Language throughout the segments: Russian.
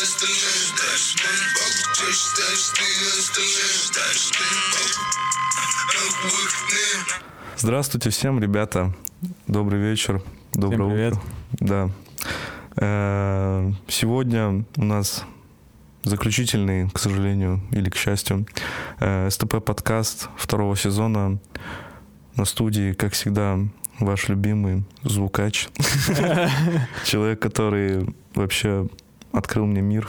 Здравствуйте всем, ребята. Добрый вечер. Доброе утро. Да. Сегодня у нас заключительный, к сожалению, или к счастью, СТП-подкаст второго сезона. На студии, как всегда, ваш любимый звукач. Человек, который вообще открыл мне мир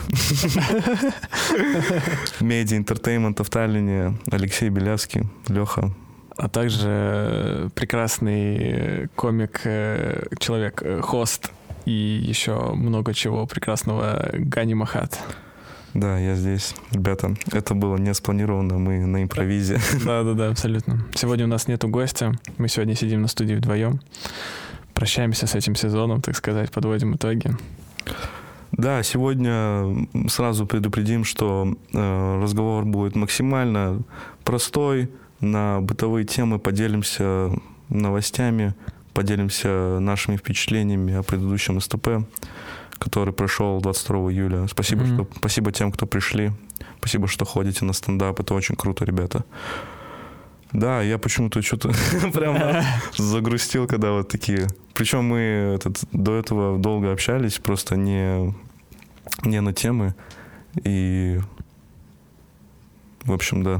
медиа-интертеймента в Таллине. Алексей Белявский. Леха. А также прекрасный комик, человек, хост и еще много чего прекрасного Гани Махат. Да, я здесь. Ребята, это было не спланировано, мы на импровизе. Да, абсолютно. Сегодня у нас нету гостя, мы сегодня сидим на студии вдвоем. Прощаемся с этим сезоном, так сказать, подводим итоги. Да, сегодня сразу предупредим, что разговор будет максимально простой, на бытовые темы, поделимся новостями, поделимся нашими впечатлениями о предыдущем СТП, который прошел 22 июля. Спасибо тем, кто пришли. Спасибо, что ходите на стендап. Это очень круто, ребята. Да, я почему-то что-то прямо загрустил, когда вот такие... Причем мы до этого долго общались, просто не на темы. И... В общем, да.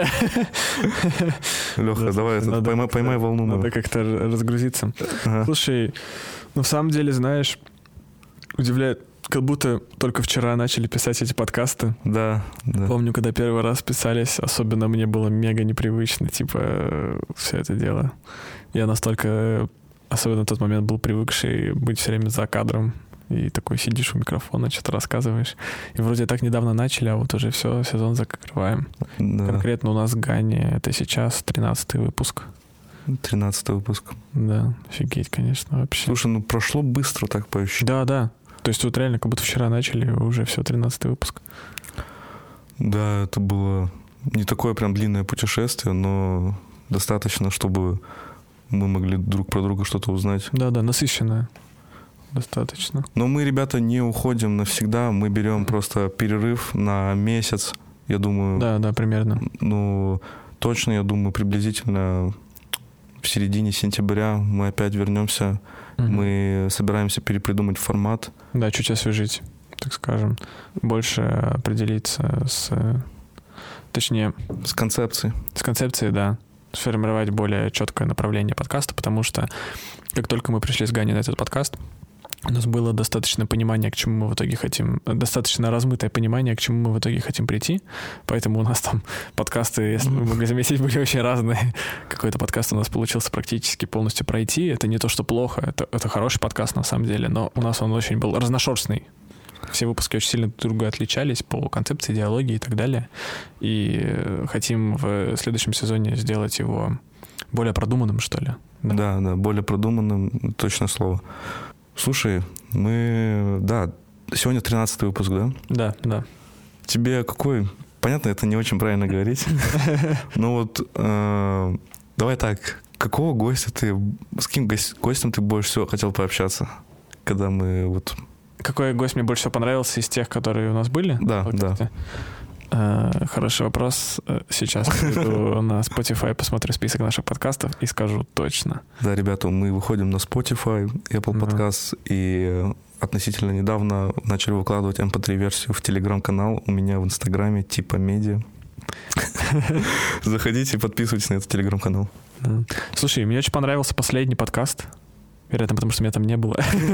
Леха, давай, поймай волну. Надо как-то разгрузиться. Ага. Слушай, в самом деле, знаешь, удивляет, как будто только вчера начали писать эти подкасты. Да. Помню, когда первый раз писались, особенно мне было мега непривычно, все это дело. Я настолько, особенно в тот момент, был привыкший быть все время за кадром. И такой сидишь у микрофона, что-то рассказываешь. И вроде так недавно начали, а вот уже все, сезон закрываем. Да. Конкретно у нас Гани, это сейчас 13-й выпуск. 13-й выпуск. Да, офигеть, конечно, вообще. Слушай, прошло быстро так по ощущениям. Да. То есть вот реально, как будто вчера начали, уже все, 13-й выпуск. Да, это было не такое прям длинное путешествие, но достаточно, чтобы мы могли друг про друга что-то узнать. Да, насыщенное. Достаточно. Но мы, ребята, не уходим навсегда. Мы берем просто перерыв на месяц, я думаю. Да, примерно. Точно, я думаю, приблизительно в середине сентября мы опять вернемся. Мы собираемся перепридумать формат. Да, чуть освежить, так скажем. Больше определиться с концепцией. С концепцией, да. Сформировать более четкое направление подкаста, потому что как только мы пришли с Ганей на этот подкаст, у нас было достаточно понимания, к чему мы в итоге хотим, достаточно размытое понимание, к чему мы в итоге хотим прийти. Поэтому у нас там подкасты, если вы могли заметить, были очень разные. Какой-то подкаст у нас получился практически полностью пройти. Это не то, что плохо, это хороший подкаст на самом деле, но у нас он очень был разношерстный. Все выпуски очень сильно друг от друга отличались по концепции, идеологии и так далее. И хотим в следующем сезоне сделать его более продуманным, что ли. Да, более продуманным, точное слово. Слушай, сегодня 13-й выпуск, да? Да. Тебе какой... Понятно, это не очень правильно говорить. Но вот давай так, какого гостя с каким гостем ты больше всего хотел пообщаться, когда мы вот... Какой гость мне больше всего понравился из тех, которые у нас были? Да. Хороший вопрос. Сейчас пойду на Spotify, посмотрю список наших подкастов и скажу точно. Да, ребята, мы выходим на Spotify, Apple Podcast, и относительно недавно начали выкладывать MP3-версию в Telegram-канал у меня в Инстаграме, типа медиа. Заходите и подписывайтесь на этот Telegram-канал. Слушай, мне очень понравился последний подкаст. Вероятно, потому что меня там не было.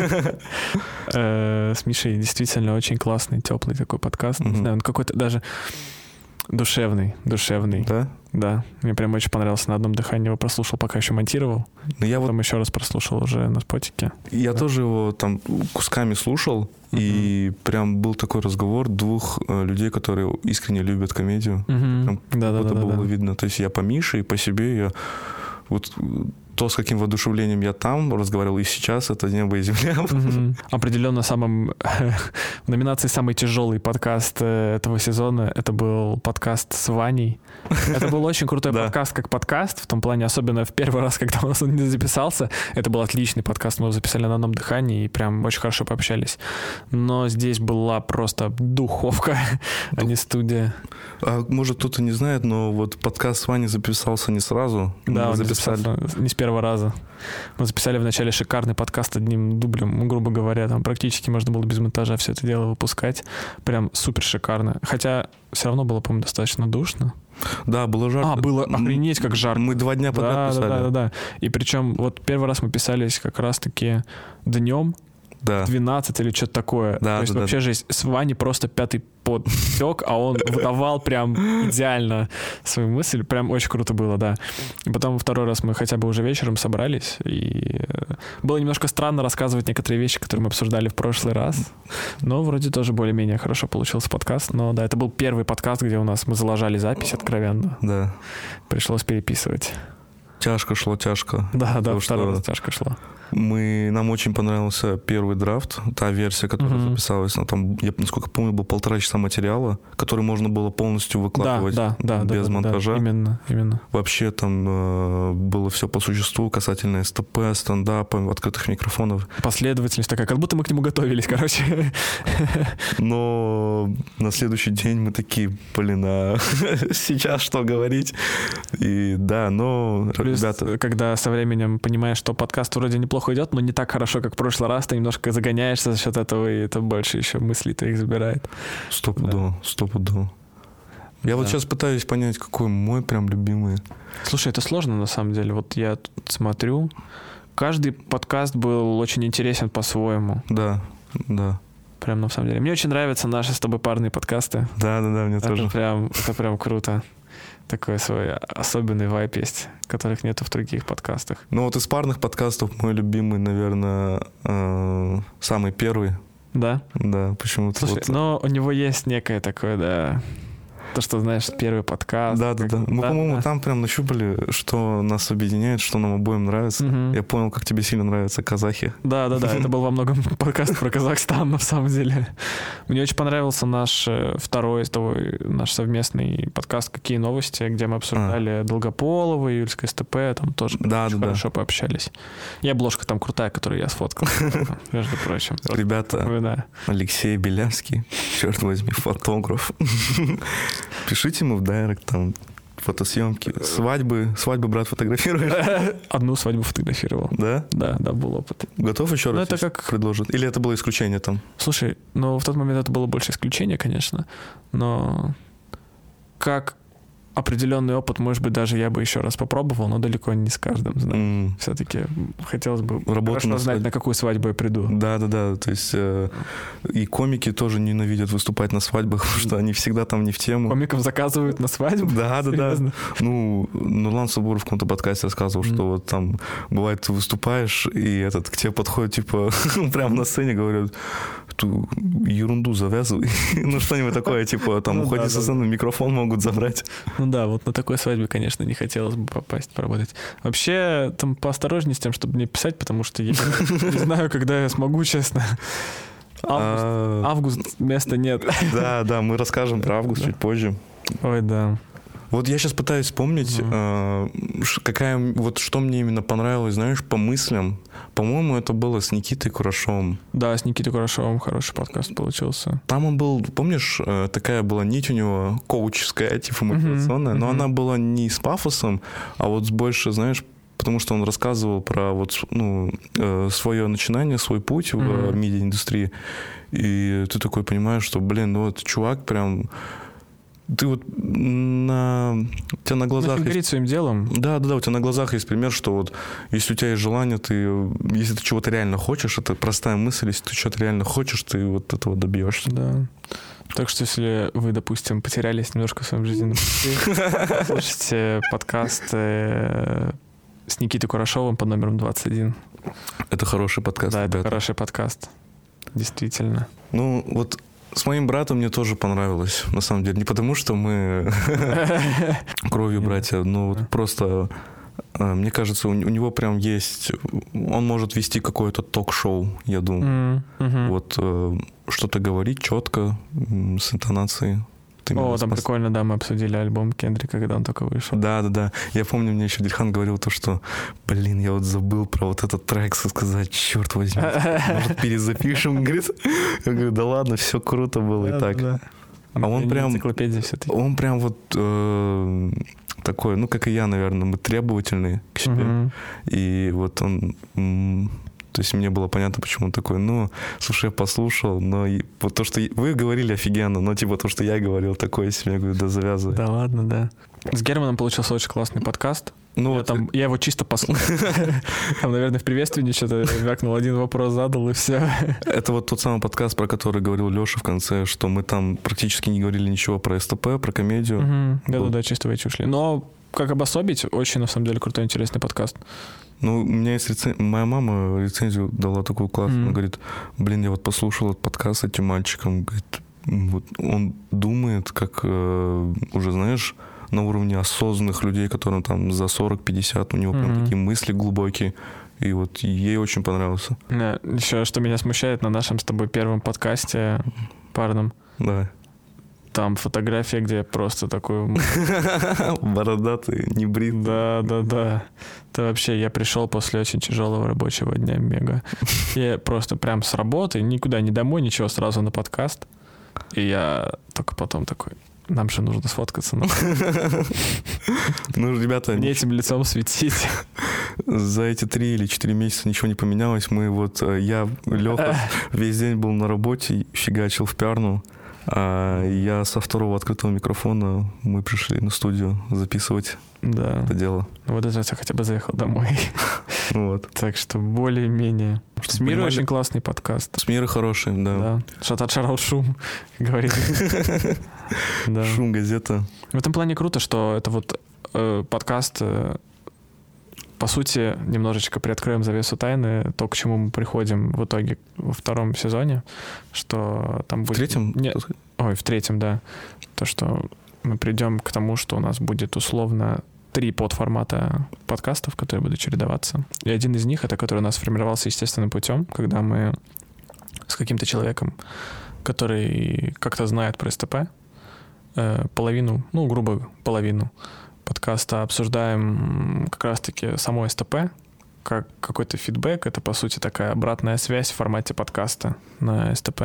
С Мишей действительно очень классный, теплый такой подкаст. Не знаю, он какой-то даже душевный. Да? Да. Мне прям очень понравился. На одном дыхании его прослушал, пока еще монтировал. Потом еще раз прослушал уже на спотике. Я тоже его там кусками слушал, и прям был такой разговор двух людей, которые искренне любят комедию. Это было видно. То есть я по Мише и по себе, то, с каким воодушевлением я там разговаривал, и сейчас это небо и земля. Определенно в номинации «Самый тяжелый подкаст этого сезона» это был подкаст с Ваней. Это был очень крутой подкаст как подкаст, в том плане, особенно в первый раз, когда у нас он не записался. Это был отличный подкаст, мы его записали на одном дыхании и прям очень хорошо пообщались. Но здесь была просто духовка, а не студия. А может, кто-то не знает, но вот подкаст с Ваней записался не сразу. Да, он записался не с первого раза. Мы записали вначале шикарный подкаст одним дублем, грубо говоря, там практически можно было без монтажа все это дело выпускать. Прям супер шикарно. Хотя все равно было, по-моему, достаточно душно. Да, было жарко. Было охренеть как жарко. Мы 2 дня подряд писали. Да. И причем вот первый раз мы писались как раз-таки днем, 12 или что-то такое. То есть вообще же с Ваней просто 5-й подтек, а он выдавал прям идеально свою мысль. Прям очень круто было, да. И потом второй раз мы хотя бы уже вечером собрались, и было немножко странно рассказывать некоторые вещи, которые мы обсуждали в прошлый раз, но вроде тоже более-менее хорошо получился подкаст. Но да, это был первый подкаст, где мы заложали запись откровенно. Да. Пришлось переписывать. Тяжко. Да, второй раз тяжко шло. Нам очень понравился первый драфт, та версия, которая записалась. Там, я, насколько помню, был 1,5 часа материала, который можно было полностью выкладывать без монтажа. Да, именно. Вообще там было все по существу касательно СТП, стендапа, открытых микрофонов. Последовательность такая, как будто мы к нему готовились, короче. Но на следующий день мы такие, а сейчас что говорить? И да, но ребята... Когда со временем понимаешь, что подкаст вроде неплохо идет, но не так хорошо, как в прошлый раз, ты немножко загоняешься за счет этого, и это больше еще мыслей твоих забирает. Стопудово. Я вот сейчас пытаюсь понять, какой мой прям любимый. Слушай, это сложно на самом деле. Вот я тут смотрю, каждый подкаст был очень интересен по-своему. Да. Прям на самом деле. Мне очень нравятся наши с тобой парные подкасты. Да, мне тоже. Это прям круто. Такой свой особенный вайб есть, которых нету в других подкастах. Ну вот из парных подкастов мой любимый, наверное, самый первый. Да? Да, почему-то. Слушай, но у него есть некое такое, да... То, что, знаешь, первый подкаст. Да. Мы, по-моему, там прям нащупали, что нас объединяет, что нам обоим нравится. Я понял, как тебе сильно нравятся казахи. Да. Это был во многом подкаст про Казахстан, на самом деле. Мне очень понравился наш наш совместный подкаст «Какие новости», где мы обсуждали Долгополова, Юльское СТП, там тоже хорошо пообщались. И обложка там крутая, которую я сфоткал, между прочим. Ребята, Алексей Белявский, черт возьми, фотограф. Пишите ему в дайрект, там, фотосъемки. Свадьбы брат, фотографируешь? Одну свадьбу фотографировал. Да? Да, был опыт. Готов еще раз предложить? Или это было исключение там? Слушай, в тот момент это было больше исключение, конечно, но как определенный опыт, может быть, даже я бы еще раз попробовал, но далеко не с каждым, знаю. Все-таки хотелось бы хорошо знать, на какую свадьбу я приду. Да. То есть и комики тоже ненавидят выступать на свадьбах, потому что они всегда там не в тему. Комиков заказывают на свадьбу? Да. Нурлан Сабуров в каком-то подкасте рассказывал, что вот там бывает, ты выступаешь, и к тебе подходит, типа, прямо на сцене говорят, ту ерунду завязывай. Что-нибудь такое, типа, там, уходи со сцены, микрофон могут забрать. Да, вот на такой свадьбе, конечно, не хотелось бы попасть, поработать. Вообще, там поосторожнее с тем, чтобы не писать, потому что я не знаю, когда я смогу, честно. Август места нет. Да, мы расскажем про август чуть позже. Ой, да. Вот я сейчас пытаюсь вспомнить, что мне именно понравилось, знаешь, по мыслям. По-моему, это было с Никитой Курашовым. Да, с Никитой Курашовым хороший подкаст получился. Там он был, помнишь, такая была нить у него коуческая, типа мотивационная, но она была не с пафосом, а вот с больше, знаешь, потому что он рассказывал про свое начинание, свой путь в медиаиндустрии. И ты такой понимаешь, что, этот чувак прям... Ты вот у тебя на глазах... горит своим делом. Да, у тебя на глазах есть пример, что вот если у тебя есть желание, если ты чего-то реально хочешь, это простая мысль, если ты чего-то реально хочешь, ты вот этого добьешься. Да. Так что если вы, допустим, потерялись немножко в своем жизненном пути, слушайте подкаст с Никитой Курашовым под номером 21. Это хороший подкаст. Да, это хороший подкаст. Действительно. С моим братом мне тоже понравилось, на самом деле. Не потому, что мы кровью братья, но просто Мне кажется, у него прям есть... Он может вести какое-то ток-шоу, я думаю. Вот что-то говорить четко, с интонацией. О, там прикольно, да, мы обсудили альбом Кендрика, когда он только вышел. Да. Я помню, мне еще Дильхан говорил то, что, блин, я вот забыл про вот этот трек сказать, черт возьми, может, перезапишем? Говорит, я говорю, да ладно, все круто было и так. А он прям... Энциклопедия все-таки. Он прям вот такой, ну, как и я, наверное, мы требовательные к себе. И вот он... То есть мне было понятно, почему он такой, ну, слушай, я послушал, но вот то, что вы говорили, офигенно, но типа то, что я говорил, такое себе, я говорю, да завязывай. Да ладно, да. С Германом получился очень классный подкаст. Ну, я его чисто послушал. Там, наверное, в приветствии что-то вякнул, один вопрос задал, и все. Это вот тот самый подкаст, про который говорил Леша в конце, что мы там практически не говорили ничего про СТП, про комедию. Да, чисто в эти ушли. Но как обособить, очень, на самом деле, крутой, интересный подкаст. Ну, у меня есть моя мама рецензию дала такую классную. Она говорит, блин, я вот послушал этот подкаст с этим мальчиком. Говорит, вот он думает, как уже, знаешь, на уровне осознанных людей, которым там за 40-50, у него прям такие мысли глубокие. И вот ей очень понравился. Да, еще, что меня смущает, на нашем с тобой первом подкасте парном. Да. Там фотография, где я просто такой... Бородатый, не брит. Да. Это вообще, я пришел после очень тяжелого рабочего дня, мега. Я просто прям с работы, никуда не домой, ничего, сразу на подкаст. И я только потом такой, нам же нужно сфоткаться. Ну, ребята... Не этим лицом светить. За эти 3 или 4 месяца ничего не поменялось. Леха весь день был на работе, фигачил в пиарну. А я со второго открытого микрофона мы пришли на студию записывать это дело. Вот это я хотя бы заехал домой. Вот. Так что более-менее. С Мирой очень классный подкаст. С Мирой хороший, да. Шатат-шарал шум, говорит. Шум, газета. В этом плане круто, что это вот подкаст... По сути, немножечко приоткроем завесу тайны, то, к чему мы приходим в итоге во 2 сезоне, что там будет... В 3? В 3, да. То, что мы придем к тому, что у нас будет условно 3 подформата подкастов, которые будут чередоваться. И один из них, это который у нас формировался естественным путем, когда мы с каким-то человеком, который как-то знает про СТП, половину подкаста обсуждаем как раз-таки само СТП, как какой-то фидбэк. Это, по сути, такая обратная связь в формате подкаста на СТП.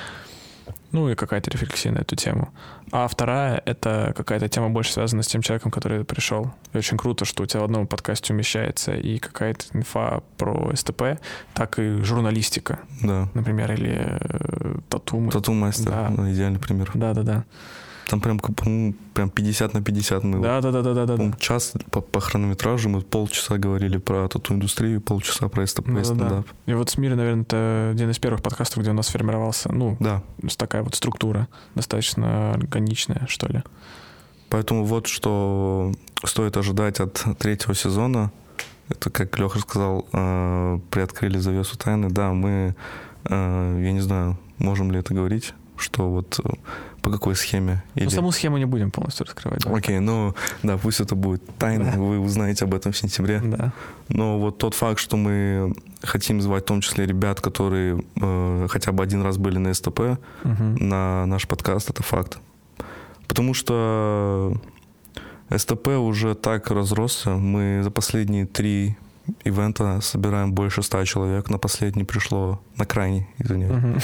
Ну и какая-то рефлексия на эту тему. А вторая — это какая-то тема больше связана с тем человеком, который пришел. И очень круто, что у тебя в одном подкасте умещается и какая-то инфа про СТП, так и журналистика. Да. Например, или тату. Тату-мастер, да. Идеальный пример. Да. Там прям 50 на 50 мы... Да. Час по хронометражу мы полчаса говорили про тату-индустрию, полчаса про СТП и стендап. И вот с Мирой, наверное, это один из первых подкастов, где у нас сформировался, такая вот структура, достаточно органичная, что ли. Поэтому вот что стоит ожидать от 3 сезона. Это, как Леха сказал, приоткрыли завесу тайны. Да, мы, я не знаю, можем ли это говорить, что вот по какой схеме. Саму схему не будем полностью раскрывать. Окей, пусть это будет тайна, вы узнаете об этом в сентябре. Да. Но вот тот факт, что мы хотим звать в том числе ребят, которые хотя бы один раз были на СТП, на наш подкаст, это факт. Потому что СТП уже так разросся, мы за последние 3 ивента собираем больше 100 человек, на последний пришло, на крайний, извиняюсь.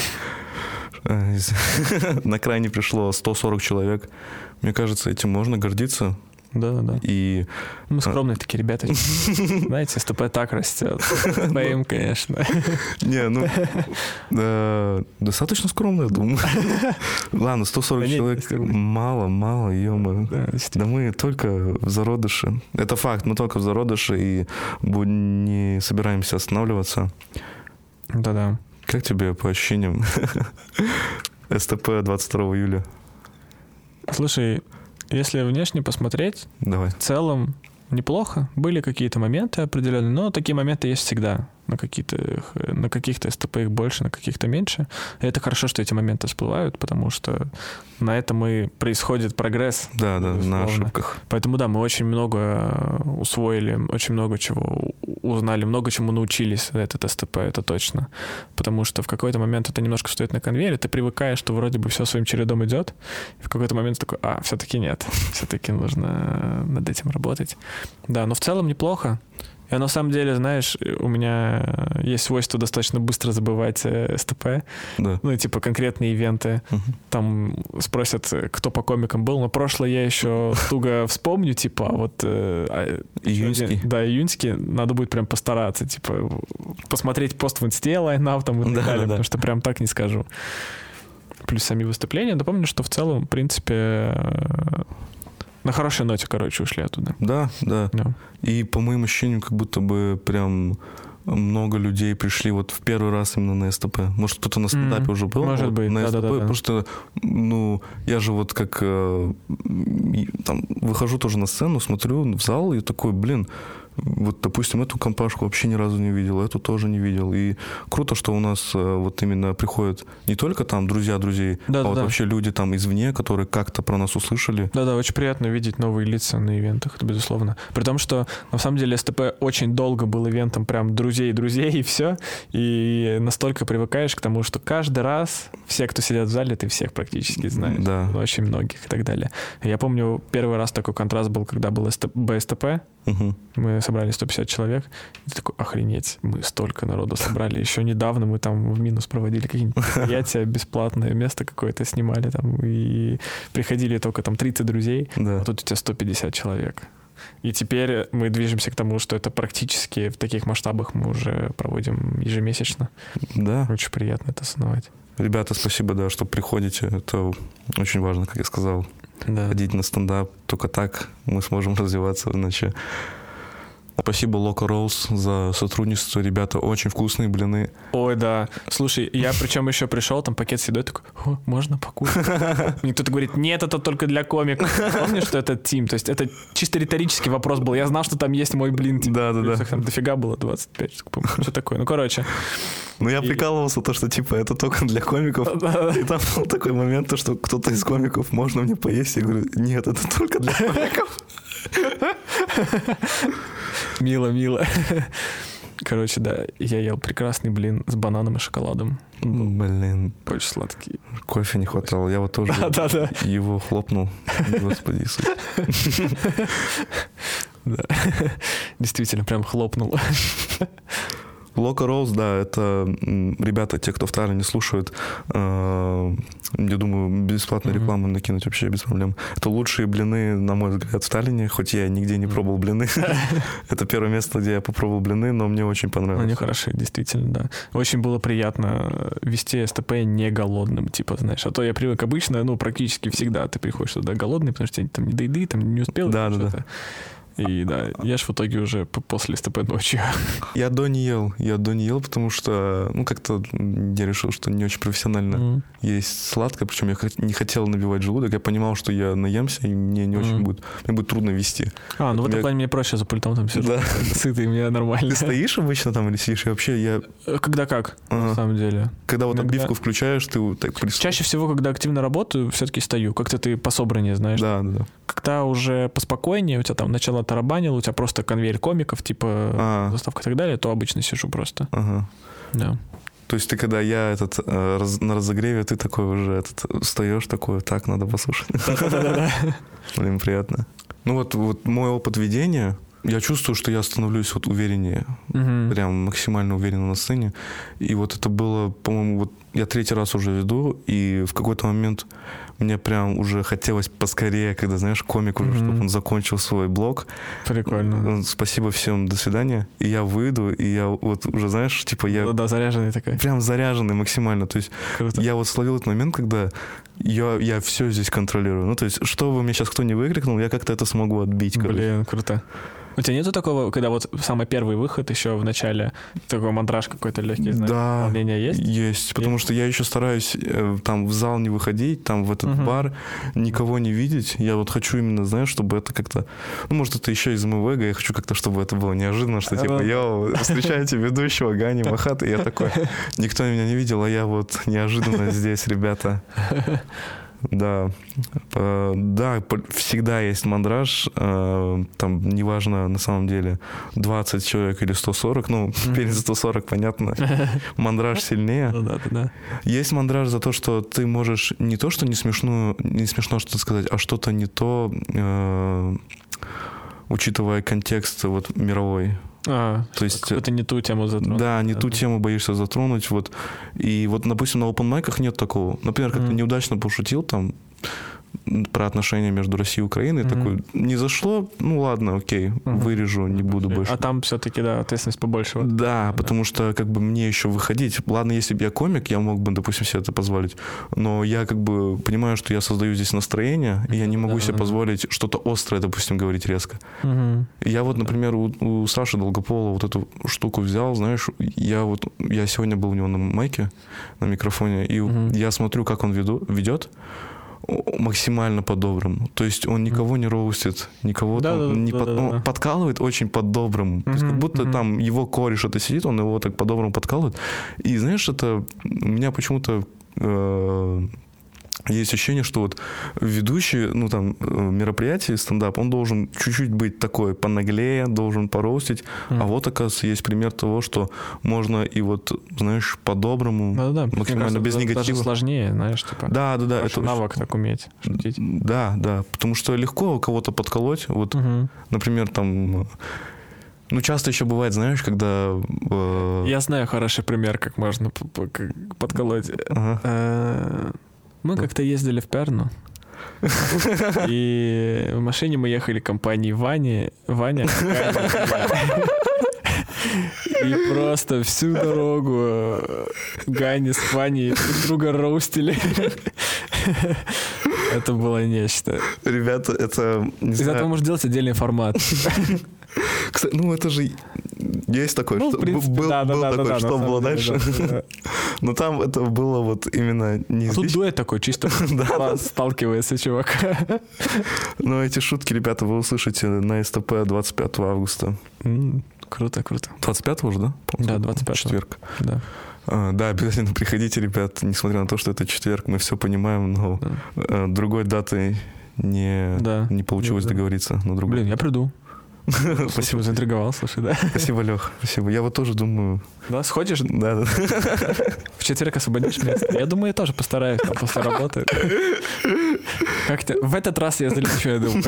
На крайне пришло 140 человек. Мне кажется, этим можно гордиться. Да. И... Мы скромные такие ребята. Знаете, СТП так растет. Поим, конечно. Достаточно скромно, я думаю. Ладно, 140 человек мало, ё-моё. Да мы только в зародыше. Это факт, мы только в зародыше и не собираемся останавливаться. Да. Как тебе по ощущениям СТП 22 июля? Слушай, если внешне посмотреть, Давай. в целом неплохо. Были какие-то моменты определенные, но такие моменты есть всегда. На каких-то СТП их больше, на каких-то меньше. И это хорошо, что эти моменты всплывают, потому что на этом и происходит прогресс. Да, на ошибках. Поэтому да, мы очень много усвоили, очень много чего узнали, много чему научились за этот СТП, это точно. Потому что в какой-то момент это немножко стоит на конвейере, ты привыкаешь, что вроде бы все своим чередом идет, и в какой-то момент ты такой, все-таки нет, все-таки нужно над этим работать. Да, но в целом неплохо. И на самом деле, знаешь, у меня есть свойство достаточно быстро забывать СТП. Да. Ну, типа конкретные ивенты. Там спросят, кто по комикам был. Но прошлое я еще туго вспомню, типа, а вот... Июньский. Да, июньский. Надо будет прям постараться, типа, посмотреть пост в инсте, лайнап там и так далее, потому что прям так не скажу. Плюс сами выступления. Напомню, что в целом, в принципе... На хорошей ноте, короче, ушли оттуда. Да. И по моим ощущениям, как будто бы прям много людей пришли вот в первый раз именно на СТП. Может, кто-то на стендапе уже был? Может быть, на СТП, да. Потому что, я же вот как там выхожу тоже на сцену, смотрю в зал и такой, вот, допустим, эту компашку вообще ни разу не видел, эту тоже не видел. И круто, что у нас вот именно приходят не только там друзья друзей, вот вообще люди там извне, которые как-то про нас услышали. Да, очень приятно видеть новые лица на ивентах, это безусловно. При том, что на самом деле СТП очень долго был ивентом прям друзей и все. И настолько привыкаешь к тому, что каждый раз все, кто сидят в зале, ты всех практически знаешь. Да. Очень многих и так далее. Я помню, первый раз такой контраст был, когда был БСТП. Мы собрали 150 человек. И ты такой, охренеть, мы столько народу собрали. Еще недавно мы там в минус проводили какие-нибудь мероприятия, бесплатное место какое-то снимали там, и приходили только там 30 друзей, а тут у тебя 150 человек. И теперь мы движемся к тому, что это практически в таких масштабах мы уже проводим ежемесячно. Да. Очень приятно это осознавать. Ребята, спасибо, что приходите. Это очень важно, как я сказал. Да. Ходить на стендап. Только так мы сможем развиваться, иначе... Спасибо Loco Rolls за сотрудничество. Ребята, очень вкусные блины. Ой, да. Слушай, я причем еще пришел, там пакет с едой, такой, можно покушать? Мне кто-то говорит, нет, это только для комиков. Помнишь, что это тим? То есть это чисто риторический вопрос был. Я знал, что там есть мой блин. Да. Там дофига было, 25, что такое. Ну, короче. Я прикалывался, то, что типа это только для комиков. И там был такой момент, то, что кто-то из комиков, можно мне поесть? Я говорю, нет, это только для комиков. Мило. Короче, да, я ел прекрасный блин с бананом и шоколадом. Блин. Очень сладкий. Кофе не хватало. Я вот тоже его хлопнул. Господи Иисус. Да. Действительно, прям хлопнул. Loco Rolls, да, это ребята, те, кто в Таллине слушают, я думаю, бесплатную рекламу накинуть вообще без проблем. Это лучшие блины, на мой взгляд, в Таллине, хоть я нигде не пробовал блины. Это первое место, где я попробовал блины, но мне очень понравилось. Они хороши, действительно, да. Очень было приятно вести СТП не голодным, типа, знаешь. А то я привык обычно, практически всегда ты приходишь туда голодный, потому что тебе там не до еды, там не успел. Да. И да, я ж в итоге уже после СТП ночью. Я до не ел, потому что, как-то я решил, что не очень профессионально есть сладкое, причем я не хотел набивать желудок, я понимал, что я наемся, и мне не очень будет, мне будет трудно вести. В этом плане мне проще, за пультом там сижу, сытый, мне нормально. Ты стоишь обычно там или сидишь? И вообще Когда как, на самом деле. Когда вот отбивку включаешь, ты так приступаешь. Чаще всего, когда активно работаю, все-таки стою, как-то ты пособраннее, знаешь. Да. Когда уже поспокойнее, у тебя там начало тарабанило, у тебя просто конвейер комиков, типа заставка и так далее, то обычно сижу просто. Да. То есть ты, когда я на разогреве, ты такой уже встаешь такой, так, надо послушать. Да. Блин, приятно. Вот мой опыт ведения, я чувствую, что я становлюсь увереннее, прям максимально уверенно на сцене. И вот это было, по-моему, я 3-й раз уже веду, и в какой-то момент мне прям уже хотелось поскорее, когда, знаешь, комик уже, чтобы он закончил свой блог. Прикольно. Спасибо всем, до свидания. И я выйду, и я вот уже, знаешь, типа я... Да, заряженный такой. Прям заряженный максимально. То есть круто. Я словил этот момент, когда я все здесь контролирую. То есть что бы мне сейчас кто не выкрикнул, я как-то это смогу отбить. Блин, круто. У тебя нету такого, когда самый первый выход еще в начале, такой мандраж какой-то легкий, знаешь, волнение есть? Есть, потому что я еще стараюсь там в зал не выходить, там в этот бар, никого не видеть. Я вот хочу именно, знаешь, чтобы это как-то... Ну, может, это еще из моего эго. Я хочу как-то, чтобы это было неожиданно, что типа, йоу, встречайте ведущего Гани Махат. И я такой, никто меня не видел, а я вот неожиданно здесь, ребята. Да, всегда есть мандраж, там неважно на самом деле 20 человек или 140, ну, перед 140, понятно, мандраж сильнее. Да. Есть мандраж за то, что ты можешь не то, что не смешно что-то сказать, а что-то не то, учитывая контекст вот мировой. То есть какую-то не ту тему затронуть. Да, не ту тему боишься затронуть. Вот. И вот, допустим, на open-майках нет такого. Например, как-то неудачно пошутил там про отношения между Россией и Украиной. Такой, не зашло, ну ладно, окей, вырежу, не буду больше. А там все-таки, да, ответственность побольше. Вот. Да, потому что как бы мне еще выходить. Ладно, если бы я комик, я мог бы, допустим, себе это позволить. Но я как бы понимаю, что я создаю здесь настроение, и я не могу себе позволить что-то острое, допустим, говорить резко. Я вот, например, у Саши Долгополова вот эту штуку взял, знаешь, я сегодня был у него на майке, на микрофоне, и я смотрю, как он ведет, максимально по-доброму. То есть он никого не роустит, никого он подкалывает очень по-доброму. То есть как будто там его кореш это сидит, он его так по-доброму подкалывает. И знаешь, это у меня почему-то есть ощущение, что вот ведущий, ну там, мероприятие, стендап, он должен чуть-чуть быть такой понаглее, должен пороустить. А вот, оказывается, есть пример того, что можно и вот, знаешь, по-доброму, максимально без негатива. Даже сложнее, знаешь, типа. Да. Это навык так уметь шутить. Да, потому что легко кого-то подколоть. Вот, например, там... Ну, часто еще бывает, знаешь, когда... Я знаю хороший пример, как можно подколоть. Мы как-то ездили в Перну, и в машине мы ехали компанией Ваня. И просто всю дорогу Ганя с Ваней друг друга роустили. Это было нечто. Ребята, это... Из этого можно делать отдельный формат. Кстати, ну это же есть такое, ну, что в принципе, был такое, что было деле, дальше. Да. Но там это было вот именно не А тут дуэт такой, чисто сталкивается чувак. Но эти шутки, ребята, вы услышите на СТП 25 августа. Круто. 25 уже, да? Да, 25. Четверг. Да. Да, обязательно приходите, ребят, несмотря на то, что это четверг, мы все понимаем, но другой даты не получилось договориться на другой. Блин, я приду. Спасибо. Заинтриговал, слушай, да. Спасибо, Лех, спасибо. Я вот тоже думаю... Да, сходишь? Да. В четверг освободишь место? Я думаю, я тоже постараюсь там после работы. Как-то в этот раз я залечу, я думаю.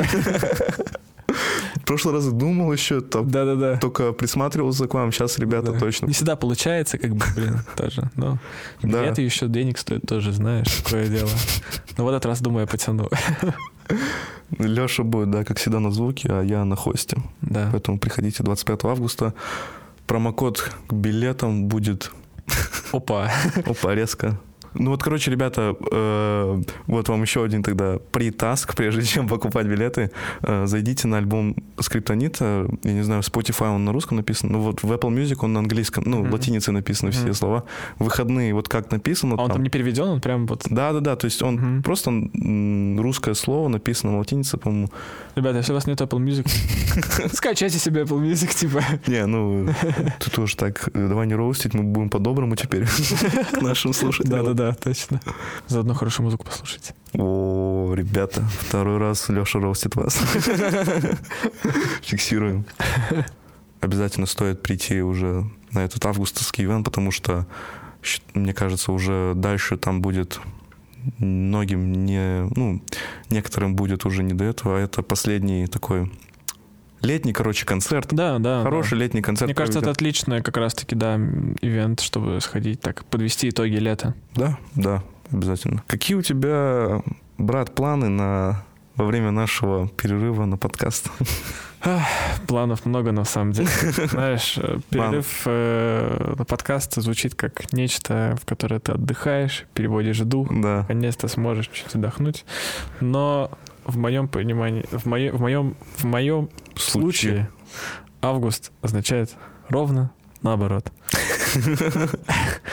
В прошлый раз думал еще, да. только присматривался к вам, сейчас, ребята, точно. Не всегда получается, как бы, тоже. Но билеты еще денег стоят тоже, знаешь, такое дело. Но в этот раз, думаю, я потяну. Леша будет, да, как всегда, на звуке, а я на хосте. Да. Поэтому приходите 25 августа. Промокод к билетам будет... Опа, резко. Ну вот, короче, ребята, вот вам еще один тогда pre-task, прежде чем покупать билеты. Зайдите на альбом Скриптонита. Я не знаю, в Spotify он на русском написан. Ну вот в Apple Music он на английском, латиницей написаны все слова. Выходные, вот как написано. А он там не переведен, он прям вот... Да, то есть он просто русское слово написано на латинице, по-моему. Ребята, если у вас нет Apple Music, скачайте себе Apple Music, типа. Не, ты тоже так, давай не роустить, мы будем по-доброму теперь к нашим слушателям. Да, точно. Заодно хорошую музыку послушайте. О, ребята, второй раз Леша роустит вас. Фиксируем. Обязательно стоит прийти уже на этот августовский ивент, потому что, мне кажется, уже дальше там будет многим некоторым будет уже не до этого, а это последний такой летний, концерт. Да. Хороший летний концерт. Мне кажется, это отличный как раз-таки, ивент, чтобы сходить так, подвести итоги лета. Да, обязательно. Какие у тебя, брат, планы во время нашего перерыва на подкаст? Планов много, на самом деле. Знаешь, перерыв на подкаст звучит как нечто, в которое ты отдыхаешь, переводишь дух, наконец-то сможешь чуть отдохнуть. Но в моем понимании, в моем случае август означает ровно наоборот.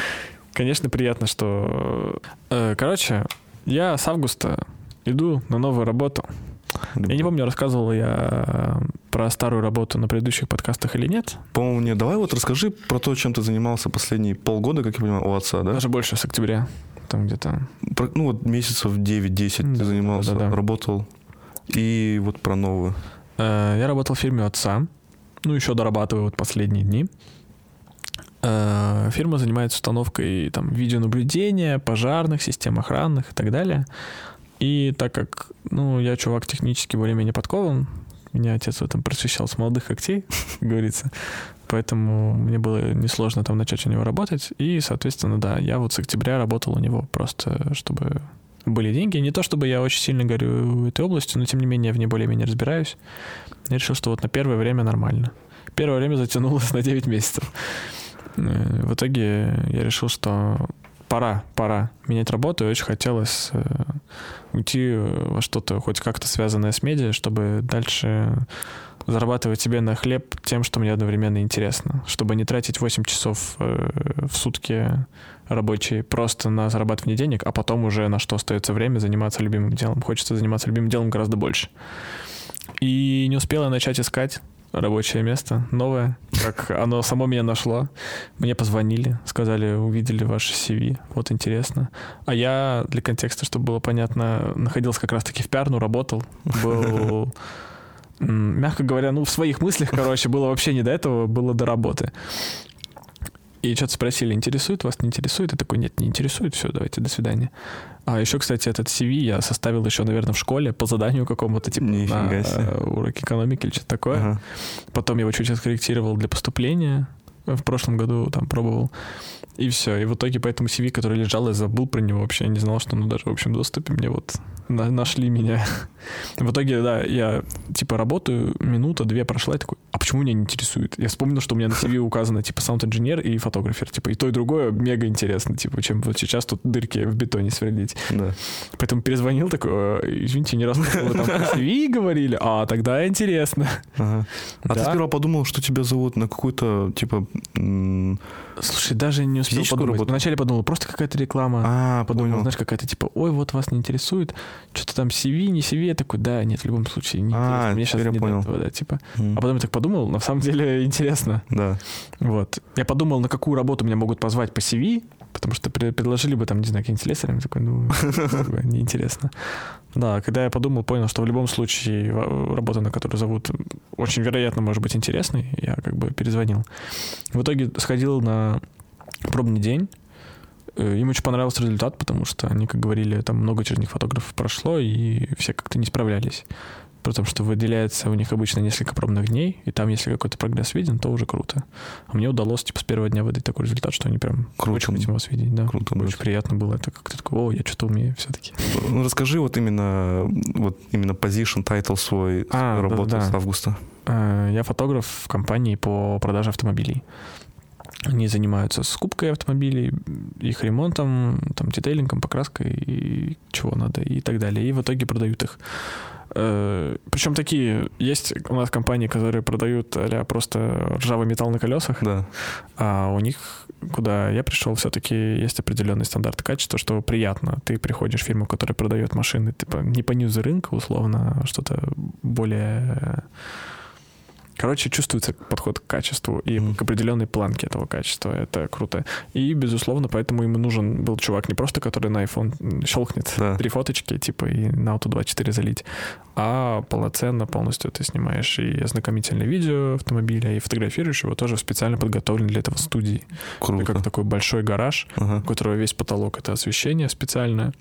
Конечно, приятно, что... Короче, я с августа иду на новую работу. Я не помню, рассказывал я про старую работу на предыдущих подкастах или нет. По-моему, нет. Давай вот расскажи про то, чем ты занимался последние полгода, как я понимаю, у отца, да? Даже больше, с октября. Там где-то... Ну вот месяцев 9-10 ты занимался, работал. И вот про новую. Я работал в фирме отца. Ну, еще дорабатываю вот последние дни. Фирма занимается установкой там видеонаблюдения, пожарных, систем охранных и так далее. И так как, я чувак технически более-менее подкован, меня отец в этом просвещал с молодых когтей, как говорится, поэтому мне было несложно там начать у него работать, и, соответственно, да, я вот с октября работал у него просто, чтобы были деньги. Не то, чтобы я очень сильно горю этой областью, но, тем не менее, я в ней более-менее разбираюсь. Я решил, что вот на первое время нормально. Первое время затянулось на 9 месяцев. В итоге я решил, что пора менять работу, и очень хотелось уйти во что-то хоть как-то связанное с медиа, чтобы дальше зарабатывать себе на хлеб тем, что мне одновременно интересно, чтобы не тратить 8 часов в сутки рабочие просто на зарабатывание денег, а потом уже на что остается время заниматься любимым делом. Хочется заниматься любимым делом гораздо больше. И не успела начать искать рабочее место, новое, как оно само меня нашло. Мне позвонили, сказали, увидели ваше CV, вот интересно. А я, для контекста, чтобы было понятно, находился как раз-таки в пиар, работал, был, мягко говоря, в своих мыслях, было вообще не до этого, было до работы. И что-то спросили, интересует вас, не интересует? Я такой, нет, не интересует, все, давайте, до свидания. А еще, кстати, этот CV я составил еще, наверное, в школе по заданию какому-то, типа на уроке экономики или что-то такое. Ага. Потом я его чуть откорректировал для поступления. В прошлом году там пробовал. И все. И в итоге по этому CV, который лежал, я забыл про него вообще. Я не знал, что оно даже в общем доступе. Мне вот нашли меня. В итоге, да, я типа работаю, минута-две прошла, и такой, а почему меня не интересует? Я вспомнил, что у меня на CV указано типа саунд-инженер и фотографер. Типа и то, и другое мега интересно, типа, чем вот сейчас тут дырки в бетоне сверлить. Да. Поэтому перезвонил такой, извините, не раз вы там по CV говорили, а тогда интересно. Ага. А ты сперва подумал, что тебя зовут на какую-то, типа... Слушай, даже не успел подумать. Работу? Вначале подумал, просто какая-то реклама. Подумал, знаешь, какая-то типа, ой, вот вас не интересует. Что-то там CV, не CV. Я такой, да, нет, в любом случае, не интересно. Мне сейчас не до этого, да, типа. А потом я так подумал, на самом деле интересно. Да. Вот. Я подумал, на какую работу меня могут позвать по CV, потому что предложили бы там, не знаю, каким-нибудь слесарем. Такой, неинтересно. Да, когда я подумал, понял, что в любом случае работа, на которую зовут, очень вероятно может быть интересной, я как бы перезвонил. В итоге сходил на пробный день. Им очень понравился результат, потому что они, как говорили, там много через них фотографов прошло, и все как-то не справлялись. Потому что выделяется у них обычно несколько пробных дней, и там, если какой-то прогресс виден, то уже круто. А мне удалось, типа, с первого дня выдать такой результат, что они прям очень хотим вас видеть. Да. Круто. Очень приятно было. Это как-то такое, я что-то умею все-таки. Ну, расскажи вот именно position, title свой работы с августа. Я фотограф в компании по продаже автомобилей. Они занимаются скупкой автомобилей, их ремонтом, там, детейлингом, покраской, и чего надо, и так далее. И в итоге продают их. Причем такие, есть у нас компании, которые продают а-ля просто ржавый металл на колесах, да. А у них, куда я пришел, все-таки есть определенный стандарт качества, что приятно. Ты приходишь в фирму, которая продает машины, типа не по низу рынка, условно, а что-то более... Короче, чувствуется подход к качеству и к определенной планке этого качества. Это круто. И, безусловно, поэтому ему нужен был чувак не просто, который на iPhone щелкнет 3 фоточки, типа, и на Auto 24 залить, а полноценно, полностью ты снимаешь и ознакомительное видео автомобиля, и фотографируешь его тоже в специально подготовленной для этого студии. Круто. Это как такой большой гараж, у которого весь потолок — это освещение специальное,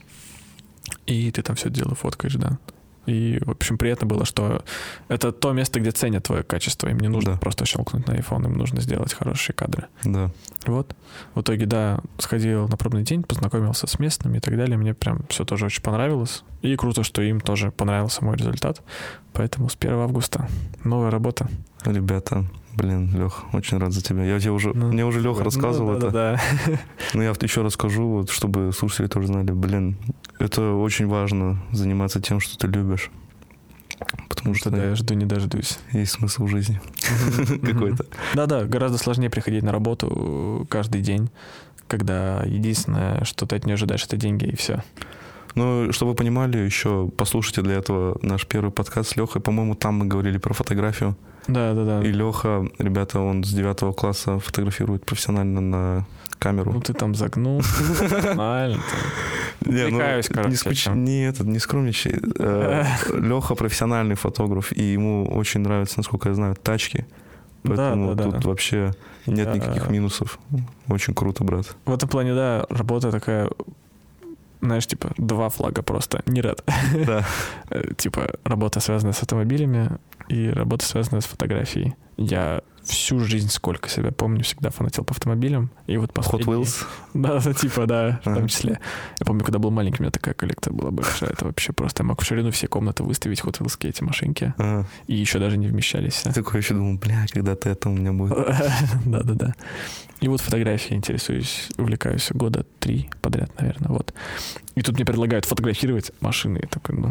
и ты там все дело фоткаешь, да. И, в общем, приятно было, что это то место, где ценят твое качество. Им не нужно просто щелкнуть на iPhone, им нужно сделать хорошие кадры. Да. Вот. В итоге, да, сходил на пробный день, познакомился с местными и так далее. Мне прям все тоже очень понравилось. И круто, что им тоже понравился мой результат. Поэтому с 1 августа новая работа. Ребята, блин, Лех, очень рад за тебя. Мне уже Леха рассказывал это. Да. Но я еще расскажу, вот, чтобы слушатели тоже знали. Блин, это очень важно заниматься тем, что ты любишь. Потому что я жду не дождусь. Есть смысл в жизни какой-то. Да-да, гораздо сложнее приходить на работу каждый день, когда единственное, что ты от нее ожидаешь, это деньги, и все. Ну, чтобы вы понимали, еще послушайте для этого наш первый подкаст с Лехой. По-моему, там мы говорили про фотографию. Да. И Леха, ребята, он с 9 класса фотографирует профессионально на камеру. Ну, ты там загнул. Нормально. Увлекаюсь, короче. Не скромничай. Леха профессиональный фотограф, и ему очень нравится, насколько я знаю, тачки. Поэтому тут вообще нет никаких минусов. Очень круто, брат. В этом плане, да, работа такая, знаешь, типа, два флага просто, не рад. Да. Типа, работа, связанная с автомобилями, и работа, связанная с фотографией. Я всю жизнь, сколько себя помню, всегда фанател по автомобилям. И вот последний... Hot Wheels? Да, типа, да, в том числе. Я помню, когда был маленький, у меня такая коллекция была большая. Это вообще просто... Я мог в ширину все комнаты выставить Hot Wheels эти машинки. И еще даже не вмещались. Я такой еще думал, когда-то это у меня будет. Да. И вот фотографией интересуюсь, увлекаюсь года 3 подряд, наверное, вот. И тут мне предлагают фотографировать машины. Я такой,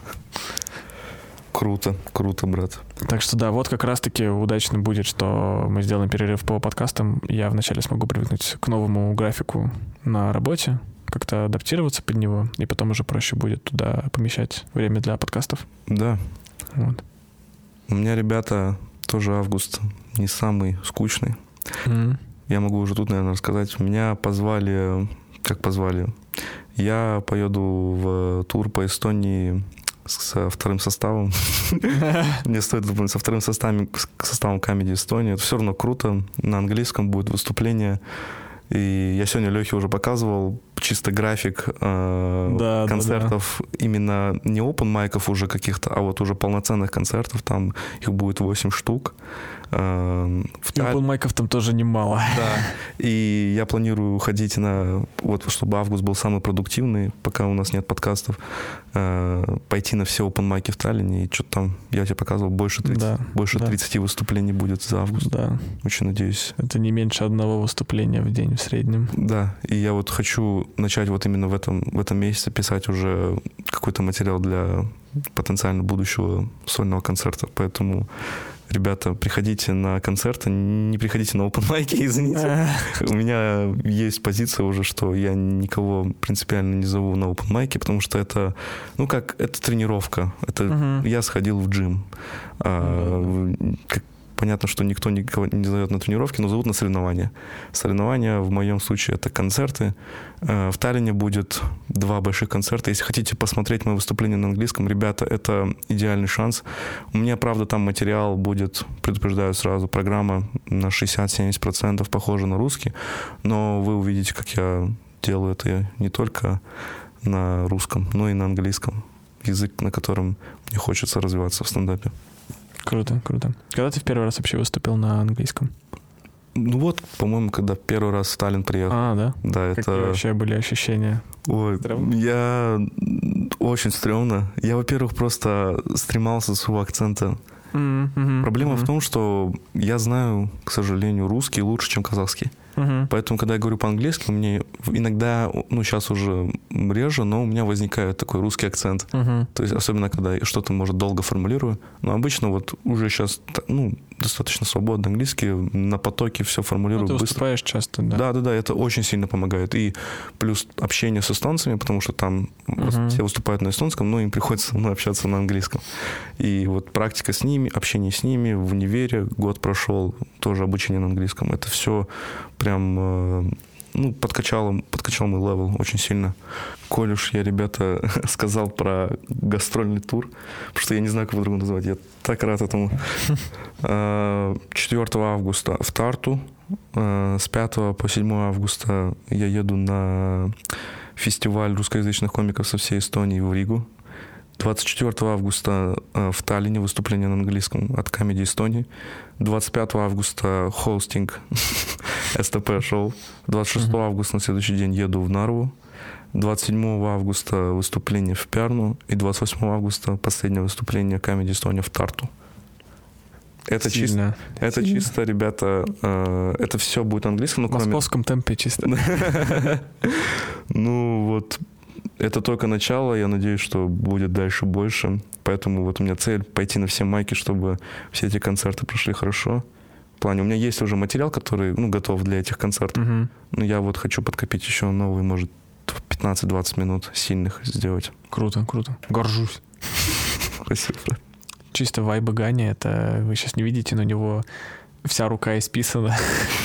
Круто, брат. Так что да, вот как раз-таки удачно будет, что мы сделаем перерыв по подкастам. Я вначале смогу привыкнуть к новому графику на работе, как-то адаптироваться под него, и потом уже проще будет туда помещать время для подкастов. Да. Вот. У меня, ребята, тоже август не самый скучный. Я могу уже тут, наверное, рассказать. Меня позвали. Я поеду в тур по Эстонии со вторым составом. Мне стоит запомнить, со вторым составом Comedy Estonia. Это все равно круто. На английском будет выступление. И я сегодня Лехе уже показывал чисто график концертов. Именно не open-майков уже каких-то, а вот уже полноценных концертов. Там их будет 8 штук. И open-майков там тоже немало. Да. И я планирую ходить чтобы август был самый продуктивный, пока у нас нет подкастов, пойти на все open-майки в Таллине. И что-то там, я тебе показывал, больше 30 выступлений будет за август. Да. Очень надеюсь. Это не меньше одного выступления в день в среднем. Да. И я вот хочу начать вот именно в этом месяце писать уже какой-то материал для потенциально будущего сольного концерта. Поэтому, ребята, приходите на концерты, не приходите на open-майки, извините. У меня есть позиция уже, что я никого принципиально не зову на open-майки, потому что это, это тренировка. Это я сходил в джим. Понятно, что никто никого не зовет на тренировки, но зовут на соревнования. Соревнования в моем случае это концерты. В Таллине будет 2 больших концерта. Если хотите посмотреть мое выступление на английском, ребята, это идеальный шанс. У меня, правда, там материал будет, предупреждаю сразу, программа на 60-70% похожа на русский, но вы увидите, как я делаю это не только на русском, но и на английском. Язык, на котором мне хочется развиваться в стендапе. Круто. Когда ты в первый раз вообще выступил на английском? По-моему, когда первый раз в Таллин приехал. Да? Да, какие вообще были ощущения? Ой, я очень стрёмно. Я, во-первых, просто стремался своего акцента. Проблема в том, что я знаю, к сожалению, русский лучше, чем казахский. Поэтому, когда я говорю по-английски, у меня иногда, сейчас уже реже, но у меня возникает такой русский акцент. То есть, особенно, когда я что-то, может, долго формулирую. Но обычно уже сейчас, достаточно свободно английский, на потоке все формулирую быстро. Ты выступаешь часто, да? Да, это очень сильно помогает. И плюс общение с эстонцами, потому что там все выступают на эстонском, но им приходится со мной общаться на английском. И вот практика с ними, общение с ними в универе, год прошел, тоже обучение на английском. Это все прям подкачало мой левел очень сильно. Коль уж я, ребята, сказал про гастрольный тур, потому что я не знаю, как по-другому назвать, я так рад этому. 4 августа в Тарту, с 5 по 7 августа я еду на фестиваль русскоязычных комиков со всей Эстонии в Ригу. 24 августа в Таллине выступление на английском от Comedy Estonia. 25 августа хостинг СТП-шоу. 26 августа на следующий день еду в Нарву. 27 августа выступление в Пярну. И 28 августа последнее выступление Comedy Estonia в Тарту. Это чисто, ребята, это все будет на английском. В московском темпе чисто. Это только начало, я надеюсь, что будет дальше больше. Поэтому вот у меня цель пойти на все майки, чтобы все эти концерты прошли хорошо. В плане, у меня есть уже материал, который, готов для этих концертов. Но я вот хочу подкопить еще новый, может, 15-20 минут сильных сделать. Круто. Горжусь. Спасибо, брат. Чисто вайбы Гани, это вы сейчас не видите, но у него вся рука исписана.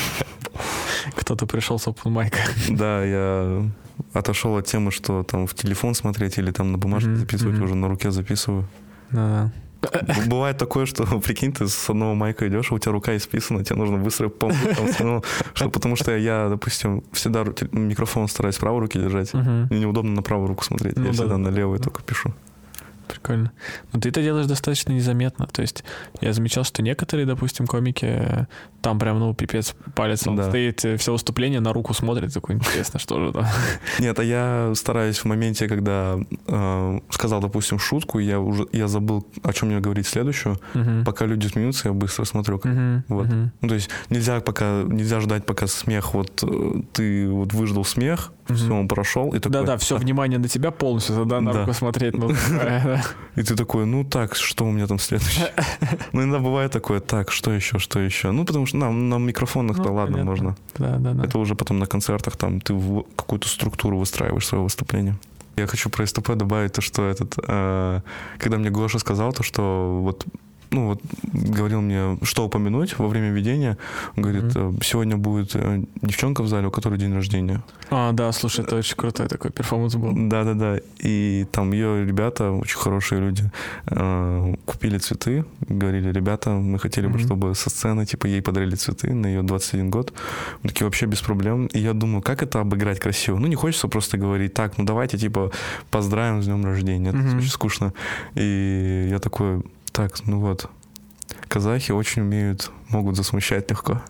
Кто-то пришел с open mic. Да, я отошел от темы, что там в телефон смотреть или там на бумажке записывать, уже на руке записываю. Да. Бывает такое, что, прикинь, ты с одного майка идешь, а у тебя рука исписана, тебе нужно быстро помыть, потому что я, допустим, всегда микрофон стараюсь в правой руке держать, мне неудобно на правую руку смотреть, я всегда на левую только пишу. Прикольно. Но ты это делаешь достаточно незаметно. То есть я замечал, что некоторые, допустим, комики, там прям, пипец, палец, он стоит все выступление, на руку смотрит, такой, интересно, что же там. Нет, а я стараюсь в моменте, когда сказал, допустим, шутку, я забыл, о чем мне говорить следующую, пока люди смеются, я быстро смотрю. Вот. То есть нельзя ждать, пока смех, ты выждал смех, все, он прошел. Да-да, все внимание на тебя полностью, тогда на руку смотреть. И ты такой, так, что у меня там следующее? Иногда бывает такое, так, что еще? Потому что на микрофонах-то ладно, понятно. можно. Да. Это уже потом на концертах, там ты какую-то структуру выстраиваешь свое выступление. Я хочу про СТП добавить то, что когда мне Гоша сказал, то, что говорил мне, что упомянуть во время ведения. Он говорит, сегодня будет девчонка в зале, у которой день рождения. Да, слушай, это очень крутой такой перформанс был. Да. И там ее ребята, очень хорошие люди, купили цветы, говорили, ребята, мы хотели бы, чтобы со сцены, ей подарили цветы на ее 21 год. Мы такие, вообще без проблем. И я думаю, как это обыграть красиво? Не хочется просто говорить, так, давайте, поздравим с днем рождения. Это очень скучно. И я такой... Так, казахи очень могут засмущать легко.